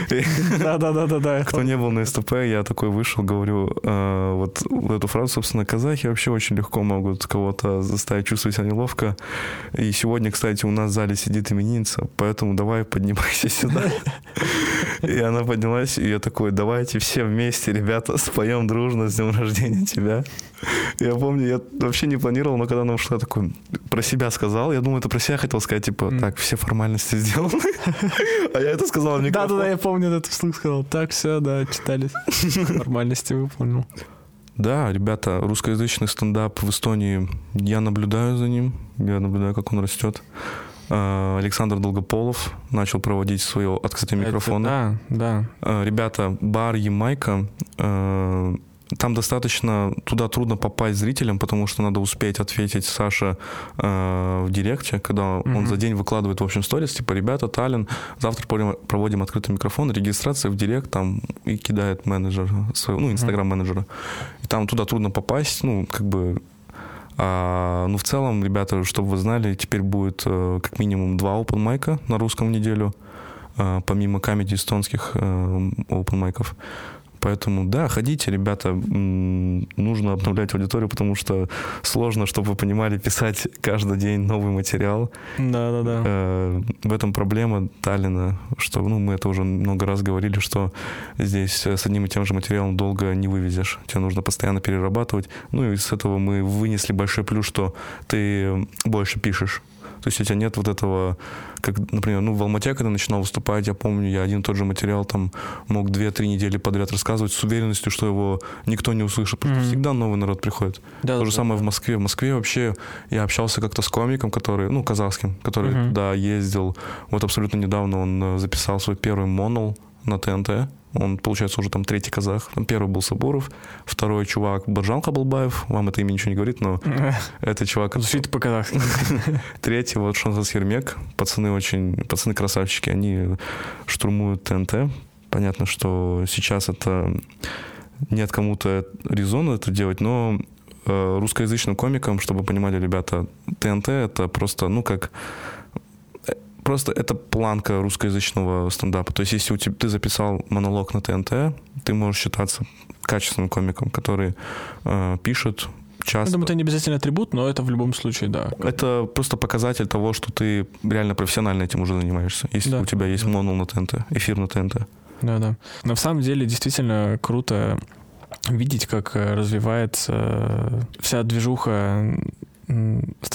Да. Кто не был на СТП, я такой вышел, говорю, эту фразу, собственно, казахи вообще очень легко могут кого-то заставить чувствовать себя неловко. И сегодня, кстати, у нас в зале сидит именинница, поэтому давай поднимайся сюда. И она поднялась, и я такой, давайте все вместе, ребята, споем дружно с днем рождения тебя. Я помню, я вообще не планировал, но когда она ушла, такой про себя сказал. Я думаю, это про себя хотел сказать, так, все формальности сделаны. А я это сказал в микрофон. Да, я помню, это вслух сказал. Так, все, да, читались. Формальности выполнил. Да, ребята, русскоязычный стендап в Эстонии, я наблюдаю за ним, я наблюдаю, как он растет. Александр Долгополов начал проводить свои открытые микрофоны. Да. Ребята, бар Ямайка, там достаточно, туда трудно попасть зрителям, потому что надо успеть ответить Саше в директе, когда он за день выкладывает, в общем, сторис, ребята, Таллин, завтра проводим открытый микрофон, регистрация в директ, там, и кидает менеджер своего, инстаграм-менеджера. И там туда трудно попасть, в целом, ребята, чтобы вы знали, теперь будет как минимум 2 open майка на русском в неделю, помимо комеди эстонских open майков. Поэтому, да, ходите, ребята, нужно обновлять аудиторию, потому что сложно, чтобы вы понимали, писать каждый день новый материал. Да. В этом проблема Таллина, что, мы это уже много раз говорили, что здесь с одним и тем же материалом долго не вывезешь. Тебе нужно постоянно перерабатывать. И с этого мы вынесли большой плюс, что ты больше пишешь. То есть у тебя нет этого, как, например, в Алмате, когда начинал выступать, я помню, я один и тот же материал там мог 2-3 недели подряд рассказывать с уверенностью, что его никто не услышит. Потому что всегда новый народ приходит. То же самое в Москве. В Москве вообще я общался как-то с комиком, который, казахским, который туда ездил. Вот абсолютно недавно он записал свой первый монол на ТНТ. Он, получается, уже там 3-й казах. Там первый был Сабуров, второй чувак Баржан Кабалбаев. Вам это имя ничего не говорит, но это чувак... Звучит по-казахски. 3-й, Шонхас Ермек. Пацаны красавчики, они штурмуют ТНТ. Понятно, что сейчас это нет кому-то резона это делать, но русскоязычным комикам, чтобы понимали, ребята, ТНТ это просто, Просто это планка русскоязычного стендапа. То есть, если ты записал монолог на ТНТ, ты можешь считаться качественным комиком, который пишет часто. Я думаю, это не обязательно атрибут, но это в любом случае, да. Это просто показатель того, что ты реально профессионально этим уже занимаешься. Если у тебя есть монол на ТНТ, эфир на ТНТ. Да. Но в самом деле действительно круто видеть, как развивается вся движуха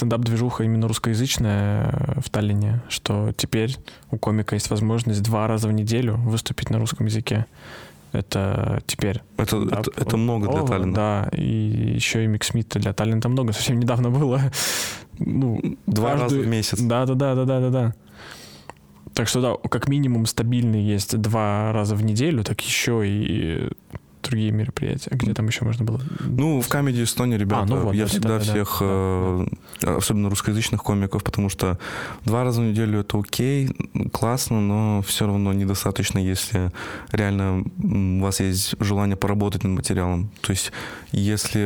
стендап-движуха именно русскоязычная в Таллине, что теперь у комика есть возможность 2 раза в неделю выступить на русском языке. Это теперь. Это много для Таллина. Да, и еще и Миксмит для Таллина там много. Совсем недавно было. 2 раза в месяц. Да. Так что да, как минимум стабильный есть 2 раза в неделю, так еще и другие мероприятия. Где там еще можно было? В Comedy Estonia, ребята, я всегда всех, особенно русскоязычных комиков, потому что 2 раза в неделю это окей, классно, но все равно недостаточно, если реально у вас есть желание поработать над материалом. То есть, если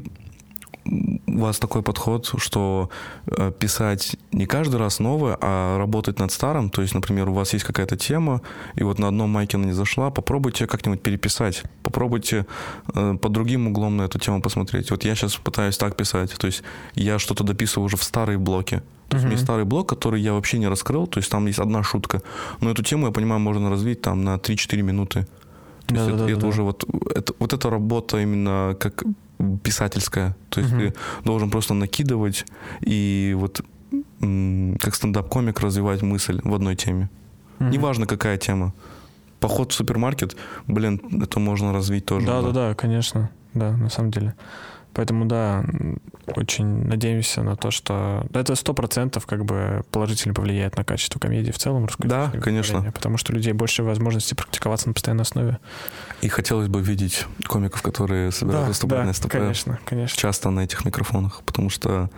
у вас такой подход, что писать не каждый раз новое, а работать над старым. То есть, например, у вас есть какая-то тема, и вот на одном майке она не зашла, попробуйте как-нибудь переписать. Попробуйте под другим углом на эту тему посмотреть. Вот я сейчас пытаюсь так писать. То есть я что-то дописываю уже в старые блоки. То есть у меня есть старый блок, который я вообще не раскрыл. То есть там есть одна шутка. Но эту тему, я понимаю, можно развить там на 3-4 минуты. То есть это уже вот эта работа именно как писательская. То есть ты должен просто накидывать и вот как стендап-комик развивать мысль в одной теме. Неважно, какая тема. Поход в супермаркет, это можно развить тоже. Да, конечно. Да, на самом деле. Поэтому, да, очень надеемся на то, что это 100% как бы положительно повлияет на качество комедии в целом. Да, конечно. Потому что у людей больше возможностей практиковаться на постоянной основе. И хотелось бы видеть комиков, которые собираются выступать на СТП. Конечно. Часто на этих микрофонах. Потому что,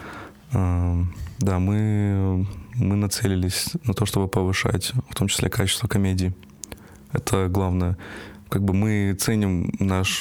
мы нацелились на то, чтобы повышать, в том числе, качество комедии. Это главное. Как бы мы ценим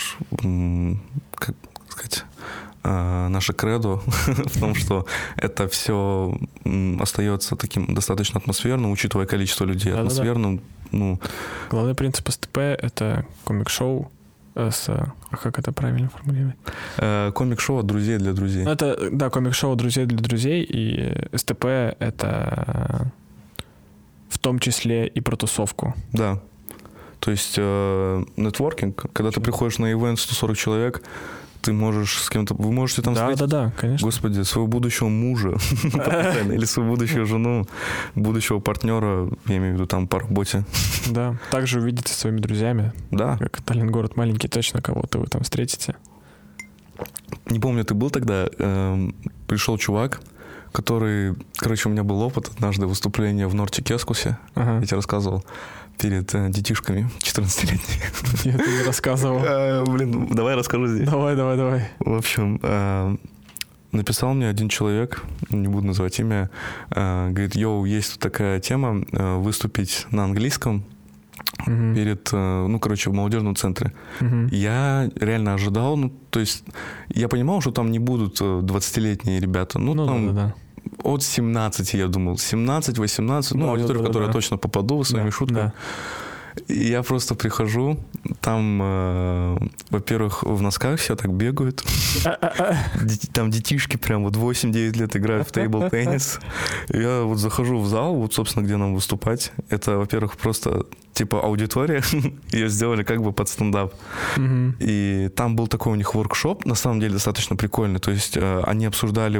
наше кредо в том, что это все остается таким достаточно атмосферным, учитывая количество людей. Атмосферным, Главный принцип СТП — это комик-шоу как это правильно формулировать? Комик-шоу от друзей для друзей. Это, да, комик-шоу от друзей для друзей, и СТП — это в том числе и про тусовку. Да. То есть нетворкинг, когда ты приходишь на ивент 140 человек, ты можешь с кем-то... Вы можете там встретить... Да, конечно. Господи, своего будущего мужа или свою будущую жену, будущего партнера, я имею в виду там по работе. Да, также увидите со своими друзьями. Да. Как Таллин город маленький, точно кого-то вы там встретите. Не помню, ты был тогда, пришел чувак, который... Короче, у меня был опыт однажды выступления в Норте-Кескусе. Я тебе рассказывал. Перед детишками 14-летними. Я тебе не рассказывал. Давай расскажу здесь. Давай. В общем, написал мне один человек, не буду называть имя, говорит, есть тут такая тема, выступить на английском перед, в молодежном центре. Я реально ожидал, то есть я понимал, что там не будут 20-летние ребята. Да. От 17, я думал. 17-18, аудитория, в которую я точно попаду своими шутками. Да. И я просто прихожу, там, во-первых, в носках все так бегают. Там детишки прям 8-9 лет играют в тейбл-теннис. Я вот захожу в зал, собственно, где нам выступать. Это, во-первых, просто типа аудитория. Ее сделали как бы под стендап. И там был такой у них воркшоп, на самом деле достаточно прикольный. То есть они обсуждали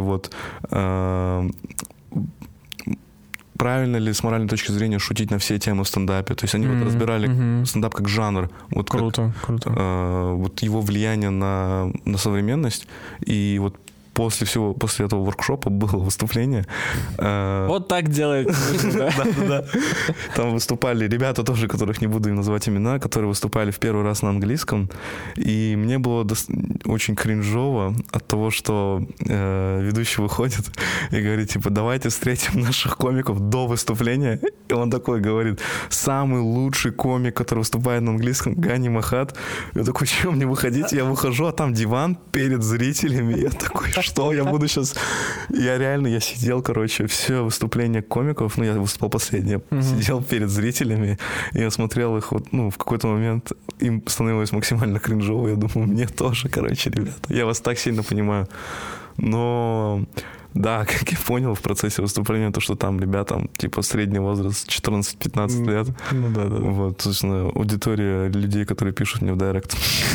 правильно ли с моральной точки зрения шутить на все темы в стендапе. То есть они разбирали стендап как жанр. Круто. Его влияние на современность. И вот после этого воркшопа было выступление. Вот так делает. Да. Там выступали ребята тоже, которых не буду им называть имена, которые выступали в первый раз на английском. И мне было очень кринжово от того, что ведущий выходит и говорит, давайте встретим наших комиков до выступления. И он такой говорит, самый лучший комик, который выступает на английском, Гани Махат. Я такой, что мне выходить? Я выхожу, а там диван перед зрителями. Я такой, что я буду сейчас... Я сидел, все выступления комиков, я выступал последнее, сидел перед зрителями, и я смотрел их, в какой-то момент им становилось максимально кринжово, я думаю, мне тоже, ребята, я вас так сильно понимаю. Но Да, как я понял в процессе выступления, то, что там ребятам, типа, средний возраст 14-15 лет. Ну да. Вот, собственно, аудитория людей, которые пишут мне в директ.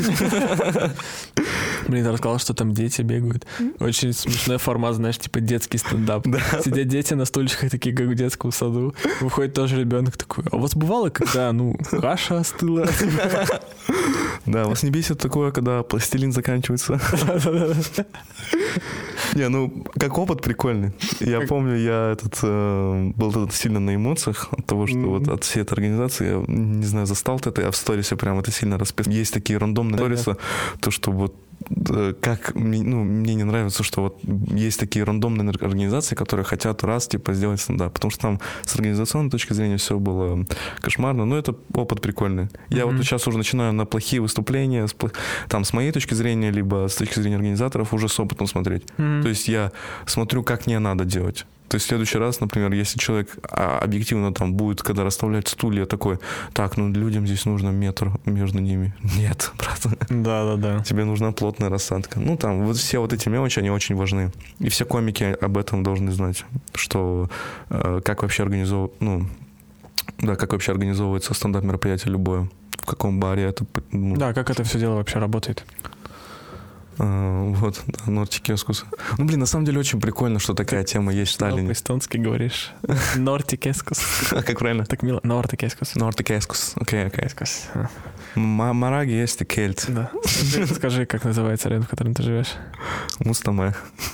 Блин, ты рассказал, что там дети бегают. Очень смешной формат, знаешь, типа детский стендап. Сидят дети на стульчиках, такие, как в детском саду. Выходит тоже ребенок такой, а у вас бывало, когда, каша остыла? Да, вас не бесит такое, когда пластилин заканчивается? Не, как опыт прикольный. Я помню, я был сильно на эмоциях от того, что вот от всей этой организации, я не знаю, застал ты это, я в сторисе прям это сильно расписал. Есть такие рандомные сторисы, то, что вот как, мне не нравится, что вот есть такие рандомные организации, которые хотят сделать стендап, потому что там с организационной точки зрения все было кошмарно, но это опыт прикольный. Я вот сейчас уже начинаю на плохие выступления, с моей точки зрения, либо с точки зрения организаторов уже с опытом смотреть. То есть я смотрю, как не надо делать. То есть в следующий раз, например, если человек объективно там будет, когда расставлять стулья, такой, так, людям здесь нужно метр между ними. Нет, брат. Да. Тебе нужна плотная рассадка. Вот все вот эти мелочи, они очень важны. И все комики об этом должны знать, что как вообще организовывается стендап-мероприятие любое. В каком баре это... Да, как это все дело вообще работает. Вот, Нортикескус. На самом деле очень прикольно, что такая тема есть в Таллине. По-эстонски говоришь. Нортикескус. А как правильно? Так мило. Нортикескус. Нортикескус. Окей. Мараги есть и кельт. Да. Скажи, как называется район, в котором ты живешь? Мустаме.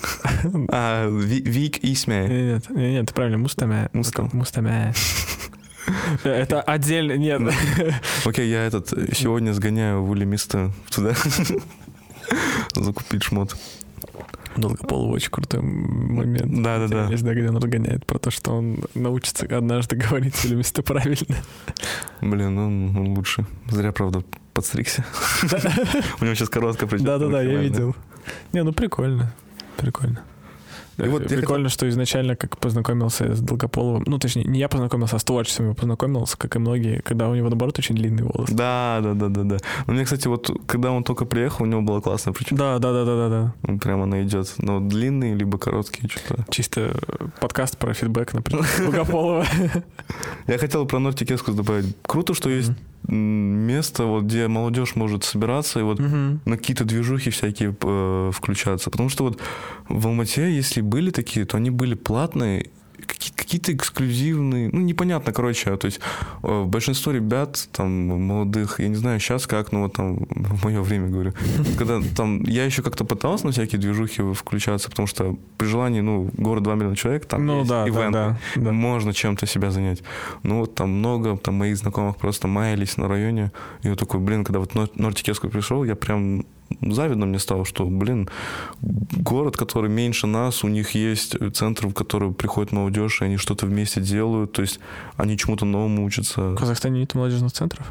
Вик Исме. Нет, правильно, Мустаме. Это отдельно, нет. Окей, я сегодня сгоняю в Улимисто туда. Закупить шмот. Долгополов очень крутой момент. Да. Где он разгоняет про то, что он научится однажды говорить Улимисто правильно. Блин, он лучше. Зря, правда, подстригся. У него сейчас короткая прическа. Да, я видел. Прикольно. И вот прикольно, что изначально, как познакомился с Долгополовым, точнее, не я познакомился, а с творчеством я познакомился, как и многие, когда у него, наоборот, очень длинный волос. Да. Но мне, кстати, вот, когда он только приехал, у него была классная прическа. Да. Прямо она идет. Но длинные, либо короткие, что-то. Чисто подкаст про фидбэк, например, Долгополова. Я хотел про Нортикескус добавить. Круто, что есть место, вот, где молодежь может собираться и вот на какие-то движухи всякие включаться. Потому что вот в Алмате, если были такие, то они были платные, какие-то эксклюзивные, непонятно, короче, то есть большинство ребят, там, молодых, я не знаю сейчас как, но вот там в мое время, говорю, когда там, я еще как-то пытался на всякие движухи включаться, потому что при желании, город 2 миллиона человек, там есть ивент, можно чем-то себя занять. Вот там много, там моих знакомых просто маялись на районе, и я такой, когда вот Нортикескус пришел, я прям... Завидно мне стало, что, город, который меньше нас, у них есть центр, в который приходит молодежь, и они что-то вместе делают, то есть они чему-то новому учатся. В Казахстане нет молодежных центров?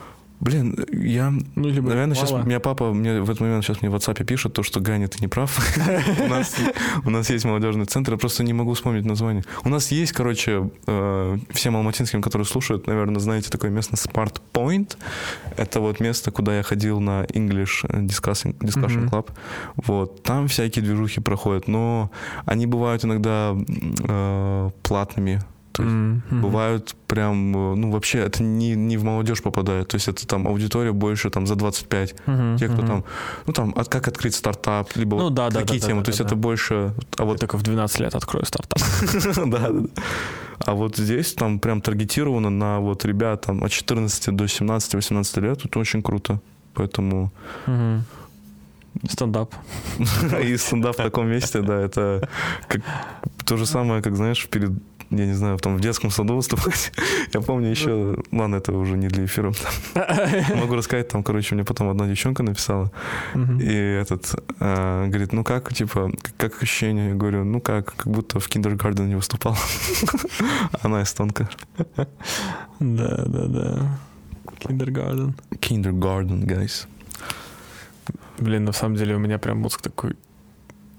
Наверное, сейчас меня папа в этот момент мне в WhatsApp пишет то, что Ганя, ты не прав. У нас есть молодежный центр, я просто не могу вспомнить название. У нас есть, всем алматинским, которые слушают, наверное, знаете такое место Smart Point. Это вот место, куда я ходил на English Discussion Club. Вот, там всякие движухи проходят, но они бывают иногда платными. То есть бывают прям, вообще это не в молодежь попадает, то есть это там аудитория больше там за 25, те, кто там, как открыть стартап, либо такие темы, то есть это больше... Я только в 12 лет открою стартап. Да. А вот здесь там прям таргетировано на вот ребят там от 14 до 17-18 лет, это очень круто, поэтому... Стендап. И стендап в таком месте, да, это то же самое, как, знаешь, я не знаю, там в детском саду выступать. Я помню еще... Ладно, это уже не для эфира. Могу рассказать, там, мне потом одна девчонка написала. И говорит, как ощущение? Я говорю, как будто в киндергарден не выступал. Она эстонка. Да. Киндергарден, guys. На самом деле у меня прям мозг такой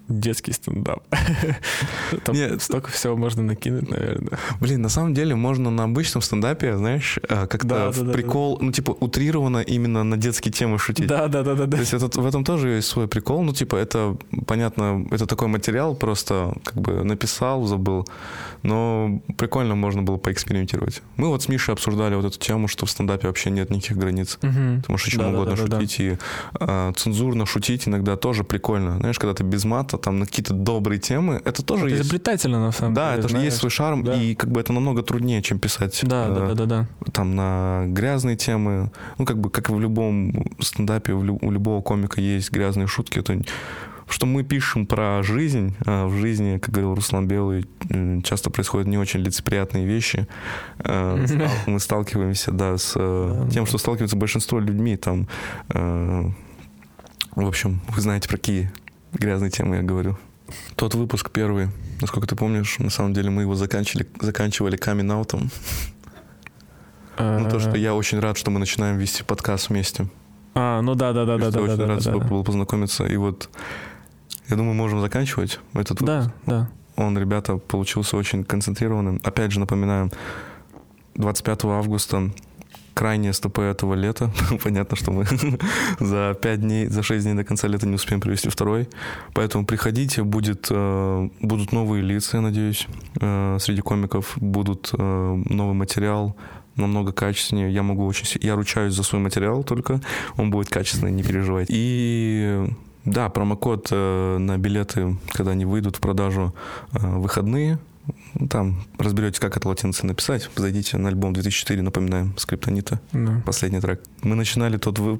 детский стендап. Там столько всего можно накинуть, наверное. Блин, на самом деле можно на обычном стендапе, знаешь, как-то в прикол, ну, типа, утрированно именно на детские темы шутить. Да. То есть в этом тоже есть свой прикол. Ну, типа, это, понятно, это такой материал, просто как бы написал, забыл. Но прикольно можно было поэкспериментировать. Мы вот с Мишей обсуждали вот эту тему, что в стендапе вообще нет никаких границ. Ты можешь о чем угодно шутить. И цензурно шутить иногда тоже прикольно. Знаешь, когда ты без мата, там на какие-то добрые темы, это тоже это есть... изобретательно, на самом деле. Да, это же есть свой шарм, и как бы это намного труднее, чем писать там на грязные темы. Ну, как бы, как и в любом стендапе, у любого комика есть грязные шутки. Это... Что мы пишем про жизнь, а в жизни, как говорил Руслан Белый, часто происходят не очень лицеприятные вещи. Мы сталкиваемся, с тем, что сталкивается большинство людьми. Там, в общем, вы знаете, про какие грязные темы я говорю. Тот выпуск первый, насколько ты помнишь, на самом деле мы его заканчивали камин-аутом. Ну, то, что я очень рад, что мы начинаем вести подкаст вместе. Ну да. Очень рад с тобой был познакомиться. И вот, я думаю, можем заканчивать этот выпуск. Да. Он, ребята, получился очень концентрированным. Опять же, напоминаю, 25 августа крайнее СТП этого лета. Понятно, что мы за 6 дней до конца лета не успеем провести второй. Поэтому приходите, будут новые лица, я надеюсь, среди комиков. Будет новый материал, намного качественнее. Я ручаюсь за свой материал только. Он будет качественный, не переживайте. И да, промокод на билеты, когда они выйдут в продажу выходные. Там разберетесь, как это латиницей написать. Зайдите на альбом 2004, напоминаем, Скриптонита. Последний трек. Мы начинали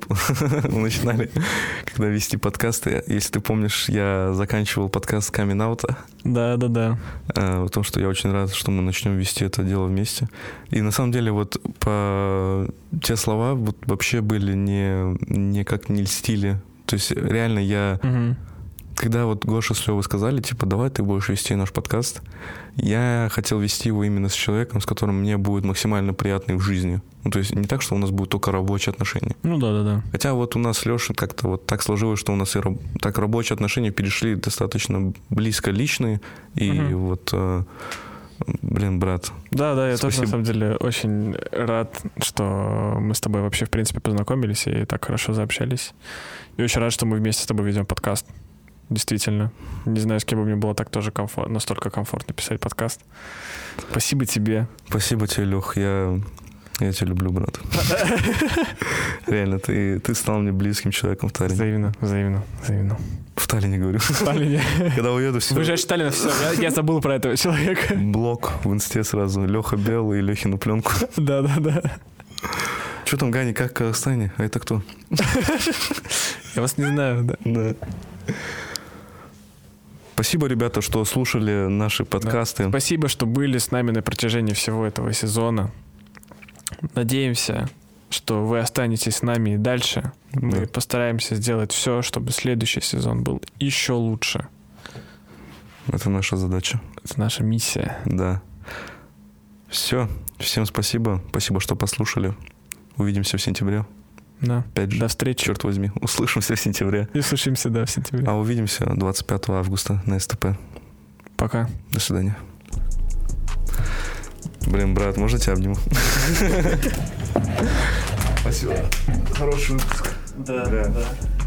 когда вести подкасты. Если ты помнишь, я заканчивал подкаст камин-аута. Да. В том, что я очень рад, что мы начнем вести это дело вместе. И на самом деле вот те слова вот вообще были никак не льстили. То есть реально я... Когда вот Гоша с Лёвой сказали, типа, давай ты будешь вести наш подкаст, я хотел вести его именно с человеком, с которым мне будет максимально приятно в жизни. Ну, то есть не так, что у нас будут только рабочие отношения. Ну да. Хотя вот у нас с Лёшей как-то вот так сложилось, что у нас так рабочие отношения перешли достаточно близко личные. И вот... Блин, брат. Да, я тоже, на самом деле, очень рад, что мы с тобой вообще, в принципе, познакомились и так хорошо заобщались. И очень рад, что мы вместе с тобой ведем подкаст. Действительно. Не знаю, с кем бы мне было так тоже настолько комфортно писать подкаст. Спасибо тебе. Спасибо тебе, Лех. Я тебя люблю, брат. Реально, ты стал мне близким человеком в Таллине. Взаимно. В Таллине, говорю. В Таллине. Когда уеду, все. Выезжаешь в Таллин, все. Я забыл про этого человека. Блог в инсте сразу. Леха Белый и Лехину пленку. Да. Что там, Гани, как в Казахстане? А это кто? Я вас не знаю, да. Спасибо, ребята, что слушали наши подкасты. Да. Спасибо, что были с нами на протяжении всего этого сезона. Надеемся, что вы останетесь с нами и дальше. Мы постараемся сделать все, чтобы следующий сезон был еще лучше. Это наша задача. Это наша миссия. Да. Все. Всем спасибо. Спасибо, что послушали. Увидимся в сентябре. Да. Опять же. До встречи. Черт возьми. Услышимся в сентябре. И услышимся, в сентябре. А увидимся 25 августа на СТП. Пока. До свидания. Блин, брат, можно тебя обниму? Спасибо. Хороший выпуск. Да.